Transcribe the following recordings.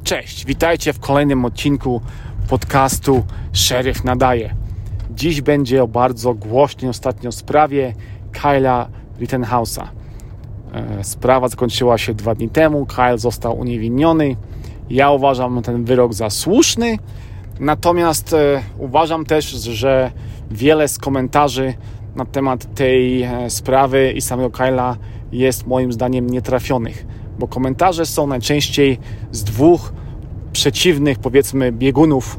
Cześć, witajcie w kolejnym odcinku podcastu Szeryf Nadaje. Dziś będzie o bardzo głośnej ostatnio sprawie Kyla Rittenhouse'a. Sprawa zakończyła się 2 dni temu, Kyle został uniewinniony. Ja uważam ten wyrok za słuszny, natomiast uważam też, że wiele z komentarzy na temat tej sprawy i samego Kyla jest moim zdaniem nietrafionych, bo komentarze są najczęściej z 2 przeciwnych, powiedzmy, biegunów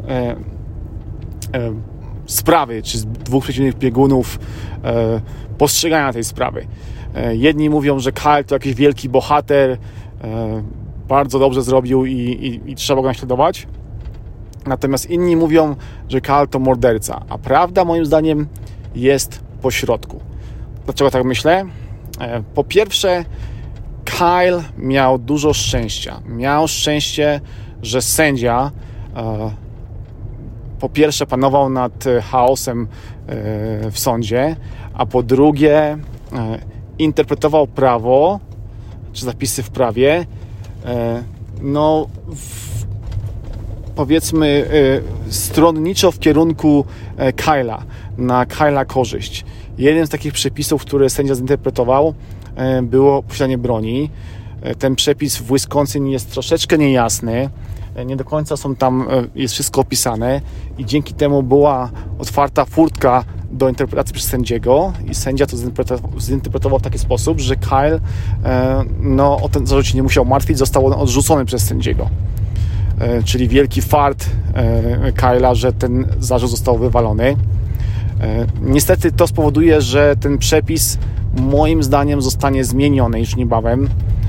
sprawy, czy z 2 przeciwnych biegunów postrzegania tej sprawy. Jedni mówią, że Kyle to jakiś wielki bohater, bardzo dobrze zrobił i trzeba go naśladować. Natomiast inni mówią, że Kyle to morderca, a prawda moim zdaniem jest po środku. Dlaczego tak myślę? Po pierwsze, Kyle miał dużo szczęścia. Miał szczęście, że sędzia po pierwsze panował nad chaosem w sądzie, a po drugie interpretował prawo, czy zapisy w prawie, powiedzmy stronniczo w kierunku Kyla, na Kyla korzyść. Jeden z takich przepisów, które sędzia zinterpretował, było posiadanie broni. Ten przepis w Wisconsin jest troszeczkę niejasny. Nie do końca jest wszystko opisane i dzięki temu była otwarta furtka do interpretacji przez sędziego i sędzia to zinterpretował w taki sposób, że Kyle o ten zarzut się nie musiał martwić, został on odrzucony przez sędziego. Czyli wielki fart Kyla, że ten zarzut został wywalony. Niestety to spowoduje, że ten przepis moim zdaniem zostanie zmieniony już niebawem,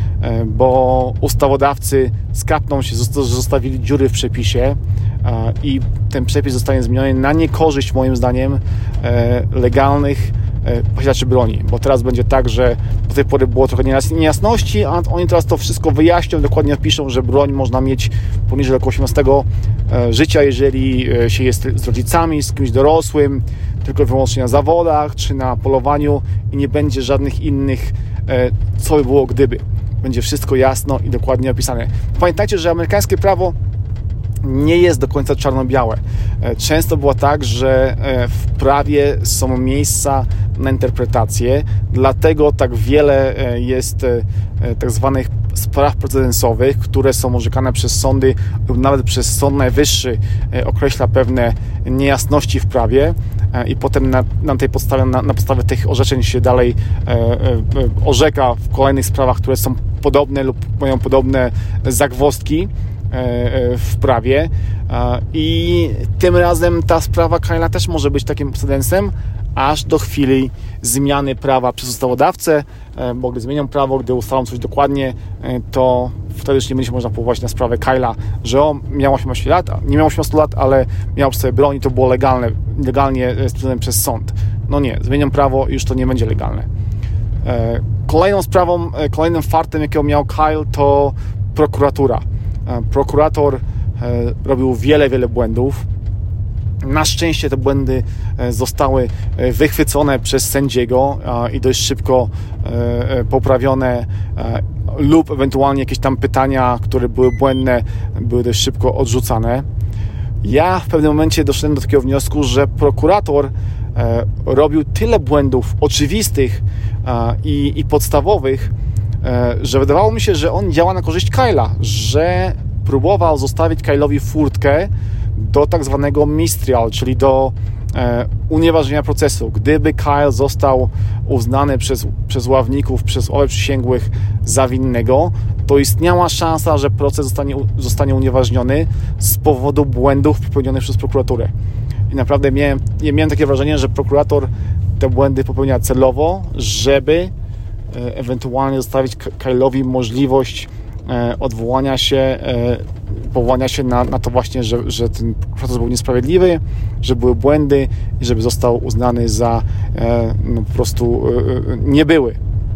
bo ustawodawcy skapną się, że zostawili dziury w przepisie i ten przepis zostanie zmieniony na niekorzyść moim zdaniem legalnych posiadaczy broni, bo teraz będzie tak, że do tej pory było trochę niejasności, a oni teraz to wszystko wyjaśnią, dokładnie opiszą, że broń można mieć poniżej około 18 życia, jeżeli się jest z rodzicami, z kimś dorosłym, tylko i wyłącznie na zawodach czy na polowaniu i nie będzie żadnych innych co by było gdyby. Będzie wszystko jasno i dokładnie opisane. Pamiętajcie, że amerykańskie prawo nie jest do końca czarno-białe. Często było tak, że w prawie są miejsca na interpretację, dlatego tak wiele jest tak zwanych spraw precedensowych, które są orzekane przez sądy lub nawet przez Sąd Najwyższy określa pewne niejasności w prawie i potem na tej podstawie, na podstawie tych orzeczeń się dalej orzeka w kolejnych sprawach, które są podobne lub mają podobne zagwozdki w prawie i tym razem ta sprawa Kyla też może być takim precedensem aż do chwili zmiany prawa przez ustawodawcę, bo gdy zmienią prawo, gdy ustalą coś dokładnie, to wtedy już nie będzie można powołać na sprawę Kyla, że on miał 18 lat, nie miał 18 lat, ale miał przy sobie broń i to było legalnie stwierdzone przez sąd. No nie, zmienią prawo i już to nie będzie legalne. Kolejną sprawą, kolejnym fartem, jakiego miał Kyle, to prokuratura. Prokurator robił wiele błędów. Na szczęście te błędy zostały wychwycone przez sędziego i dość szybko poprawione lub ewentualnie jakieś tam pytania, które były błędne, były dość szybko odrzucane. Ja w pewnym momencie doszedłem do takiego wniosku, że prokurator robił tyle błędów oczywistych i podstawowych, że wydawało mi się, że on działa na korzyść Kyla, że próbował zostawić Kylowi furtkę do tak zwanego mistrial, czyli do unieważnienia procesu. Gdyby Kyle został uznany przez ławników, przez obu przysięgłych za winnego, to istniała szansa, że proces zostanie unieważniony z powodu błędów popełnionych przez prokuraturę. I naprawdę miałem takie wrażenie, że prokurator te błędy popełnia celowo, żeby ewentualnie zostawić Kyle'owi możliwość odwołania się, powołania się na to właśnie, że ten proces był niesprawiedliwy, że były błędy i żeby został uznany za po prostu niebyły.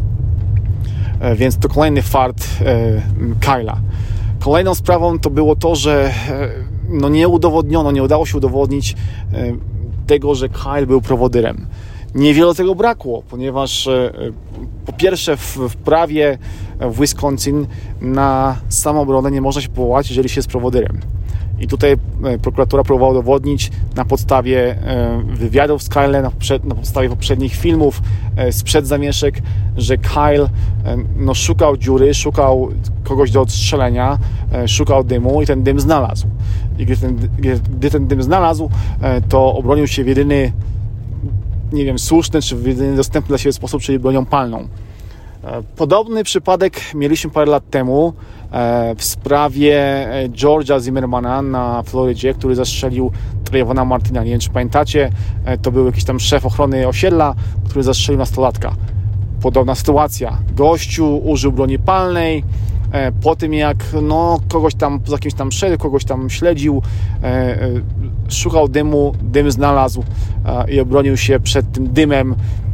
Więc to kolejny fart Kyla. Kolejną sprawą to było to, że nie udało się udowodnić tego, że Kyle był prowodyrem. Niewiele tego brakło, ponieważ po pierwsze w prawie w Wisconsin na samoobronę nie można się powołać, jeżeli się jest prowodyrem. I tutaj prokuratura próbowała udowodnić na podstawie wywiadów z Kylem, na podstawie poprzednich filmów sprzed zamieszek, że Kyle szukał dziury, szukał kogoś do odstrzelenia, szukał dymu i ten dym znalazł. I gdy ten dym znalazł, to obronił się w jedyny, nie wiem, słuszny czy w jedyny dostępny dla siebie sposób, czyli bronią palną. Podobny przypadek mieliśmy parę lat temu w sprawie George'a Zimmermana na Florydzie, który zastrzelił Trayvona Martina. Nie wiem, czy pamiętacie, to był jakiś tam szef ochrony osiedla, który zastrzelił nastolatka. Podobna sytuacja. Gościu użył broni palnej, po tym jak kogoś tam za kimś tam szedł, kogoś tam śledził, szukał dymu, dym znalazł i obronił się przed tym dymem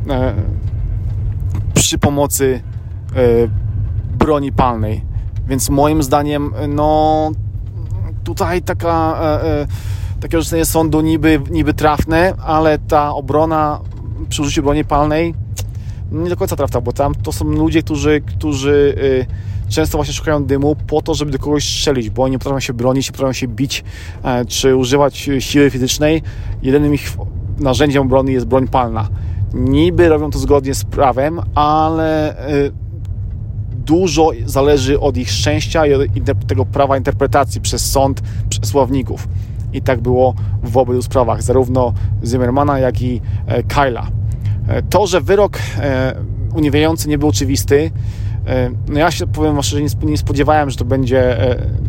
przy pomocy broni palnej. Więc moim zdaniem tutaj takie orzeczenie sądu niby trafne, ale ta obrona przy użyciu broni palnej nie do końca trafna, bo tam to są ludzie, którzy często właśnie szukają dymu po to, żeby do kogoś strzelić, bo oni nie potrafią się bronić, nie potrafią się bić czy używać siły fizycznej. Jedynym ich narzędziem obrony jest broń palna. Niby robią to zgodnie z prawem, ale dużo zależy od ich szczęścia i od tego prawa interpretacji przez sąd, przez ławników. I tak było w obydwu sprawach, zarówno Zimmermana, jak i Kyla. To, że wyrok uniewinniający nie był oczywisty, ja się powiem szczerze, nie spodziewałem, że to będzie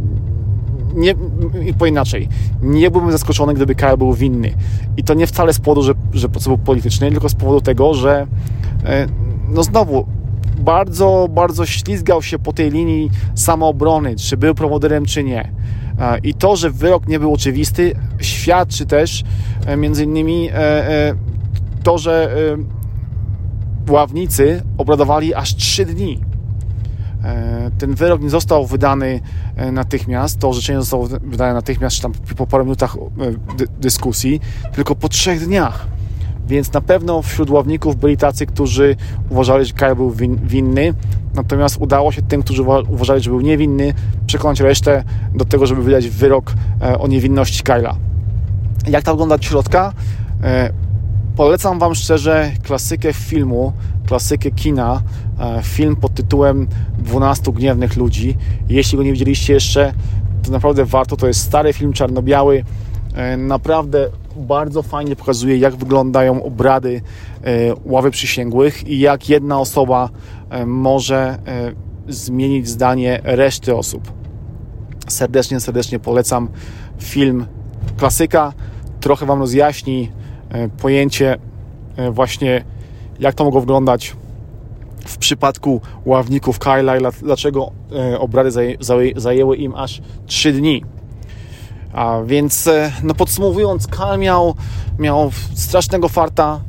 inaczej. Nie byłbym zaskoczony, gdyby Kyle był winny. I to nie wcale z powodu, że proces był polityczny, tylko z powodu tego, że znowu bardzo, bardzo ślizgał się po tej linii samoobrony, czy był prowodyrem, czy nie. I to, że wyrok nie był oczywisty, świadczy też między innymi to, że ławnicy obradowali aż 3 dni. Ten wyrok nie został wydany natychmiast, to orzeczenie zostało wydane natychmiast, czy tam po paru minutach dyskusji, tylko po 3 dniach. Więc na pewno wśród ławników byli tacy, którzy uważali, że Kyle był winny, natomiast udało się tym, którzy uważali, że był niewinny, przekonać resztę do tego, żeby wydać wyrok o niewinności Kyla. Jak to wygląda od środka? Polecam Wam szczerze klasykę filmu, klasykę kina, film pod tytułem 12 gniewnych ludzi. Jeśli go nie widzieliście jeszcze, to naprawdę warto. To jest stary film czarno-biały. Naprawdę bardzo fajnie pokazuje, jak wyglądają obrady ławy przysięgłych i jak jedna osoba może zmienić zdanie reszty osób. Serdecznie polecam film. Klasyka trochę Wam rozjaśni pojęcie właśnie, jak to mogło wyglądać w przypadku ławników Kyla i dlaczego obrady zajęły im aż 3 dni. A więc podsumowując, Kyle miał strasznego farta,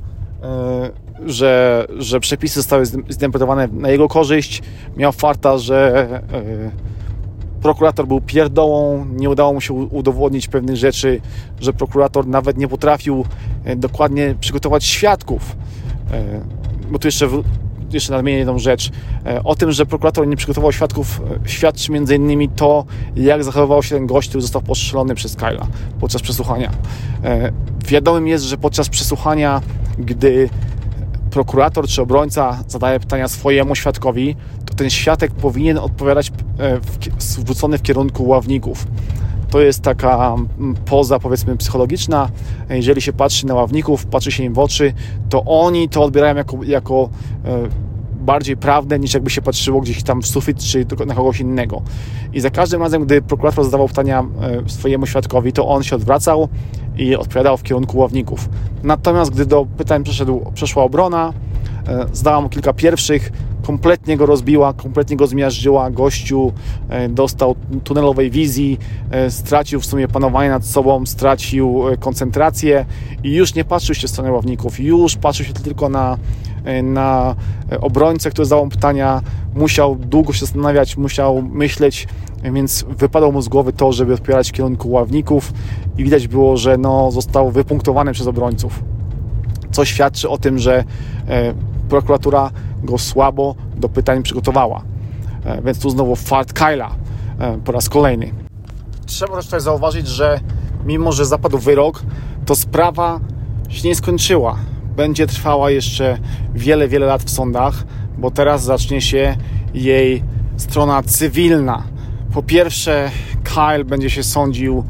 że przepisy zostały zinterpretowane na jego korzyść. Miał farta, że prokurator był pierdołą, nie udało mu się udowodnić pewnych rzeczy, że prokurator nawet nie potrafił dokładnie przygotować świadków. Bo tu jeszcze nadmienię jedną rzecz. O tym, że prokurator nie przygotował świadków, świadczy m.in. to, jak zachowywał się ten gość, który został postrzelony przez Kyla podczas przesłuchania. Wiadomym jest, że podczas przesłuchania, gdy prokurator czy obrońca zadaje pytania swojemu świadkowi, to ten świadek powinien odpowiadać zwrócony w kierunku ławników. To jest taka poza, powiedzmy, psychologiczna. Jeżeli się patrzy na ławników, patrzy się im w oczy, to oni to odbierają jako bardziej prawdę, niż jakby się patrzyło gdzieś tam w sufit, czy na kogoś innego. I za każdym razem, gdy prokurator zadawał pytania swojemu świadkowi, to on się odwracał i odpowiadał w kierunku ławników. Natomiast gdy do pytań przeszła obrona, zadała mu kilka pierwszych, kompletnie go rozbiła, kompletnie go zmiażdżyła. Gościu dostał tunelowej wizji, stracił w sumie panowanie nad sobą, stracił koncentrację i już nie patrzył się w stronę ławników, już patrzył się tylko na obrońcę, który zadał pytania, musiał długo się zastanawiać, musiał myśleć, więc wypadło mu z głowy to, żeby odpowiadać w kierunku ławników i widać było, że został wypunktowany przez obrońców. co świadczy o tym, że prokuratura go słabo do pytań przygotowała. Więc tu znowu fart Kyla po raz kolejny. Trzeba też tutaj zauważyć, że mimo, że zapadł wyrok, to sprawa się nie skończyła. Będzie trwała jeszcze wiele, wiele lat w sądach, bo teraz zacznie się jej strona cywilna. Po pierwsze, Kyle będzie się sądził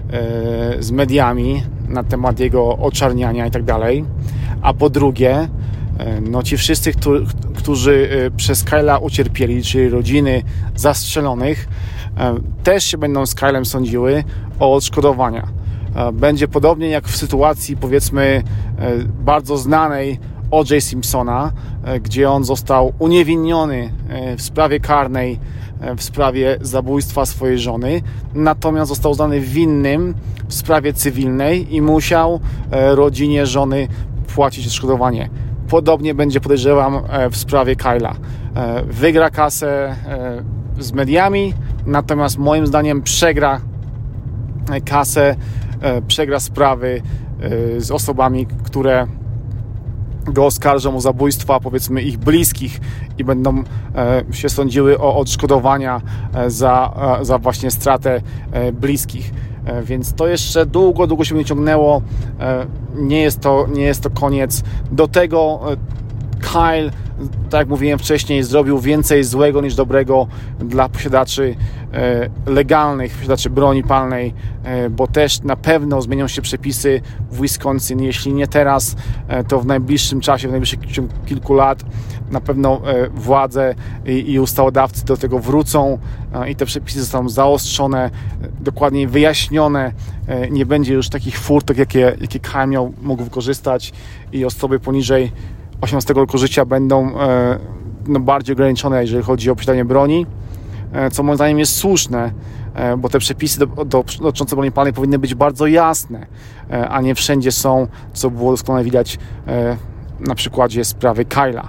z mediami na temat jego oczarniania i tak dalej, a po drugie, no ci wszyscy, którzy przez Kyla ucierpieli, czyli rodziny zastrzelonych, też się będą z Kylem sądziły o odszkodowania. Będzie podobnie jak w sytuacji, powiedzmy, bardzo znanej O.J. Simpsona, gdzie on został uniewinniony w sprawie karnej, w sprawie zabójstwa swojej żony, natomiast został uznany winnym w sprawie cywilnej i musiał rodzinie żony płacić odszkodowanie. Podobnie będzie, podejrzewam, w sprawie Kyla. Wygra kasę z mediami, natomiast moim zdaniem przegra kasę, przegra sprawy z osobami, które go oskarżą o zabójstwa, powiedzmy, ich bliskich i będą się sądziły o odszkodowania za właśnie stratę bliskich. Więc to jeszcze długo się będzie ciągnęło. Nie jest to koniec. Do tego Kyle, tak jak mówiłem wcześniej, zrobił więcej złego niż dobrego dla posiadaczy legalnych, posiadaczy broni palnej, bo też na pewno zmienią się przepisy w Wisconsin. Jeśli nie teraz, to w najbliższym czasie, w najbliższych kilku lat na pewno władze i ustawodawcy do tego wrócą i te przepisy zostaną zaostrzone, dokładniej wyjaśnione. Nie będzie już takich furtek, jakie Kyle mógł wykorzystać i osoby poniżej 18 roku życia będą bardziej ograniczone, jeżeli chodzi o posiadanie broni, co moim zdaniem jest słuszne, bo te przepisy dotyczące broni palnej powinny być bardzo jasne, a nie wszędzie są, co było doskonale widać na przykładzie sprawy Kyla.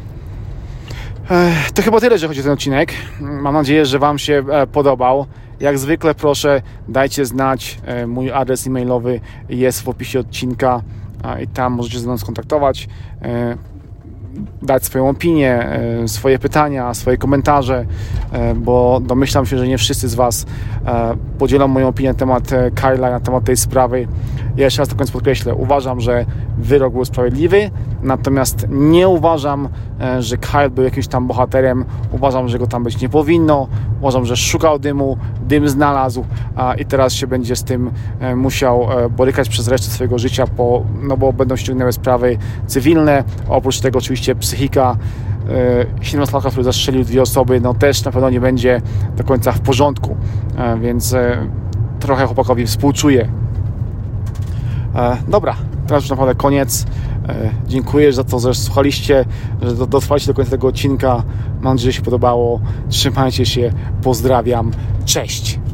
To chyba tyle, jeżeli chodzi o ten odcinek. Mam nadzieję, że Wam się podobał. Jak zwykle proszę, dajcie znać. Mój adres e-mailowy jest w opisie odcinka i tam możecie ze mną skontaktować, dać swoją opinię, swoje pytania, swoje komentarze, bo domyślam się, że nie wszyscy z Was podzielą moją opinię na temat Kyla, na temat tej sprawy. Ja jeszcze raz na koniec podkreślę, uważam, że wyrok był sprawiedliwy, natomiast nie uważam, że Kyle był jakimś tam bohaterem. Uważam, że go tam być nie powinno. Uważam, że szukał dymu, dym znalazł i teraz się będzie z tym musiał borykać przez resztę swojego życia, bo będą ściągnęły sprawy cywilne. Oprócz tego oczywiście psychika 17-latka, który zastrzelił 2 osoby, no też na pewno nie będzie do końca w porządku, więc trochę chłopakowi współczuję. Dobra, teraz już naprawdę koniec. Dziękuję za to, że słuchaliście, że dotrwaliście do końca tego odcinka. Mam nadzieję, że się podobało. Trzymajcie się, pozdrawiam, cześć!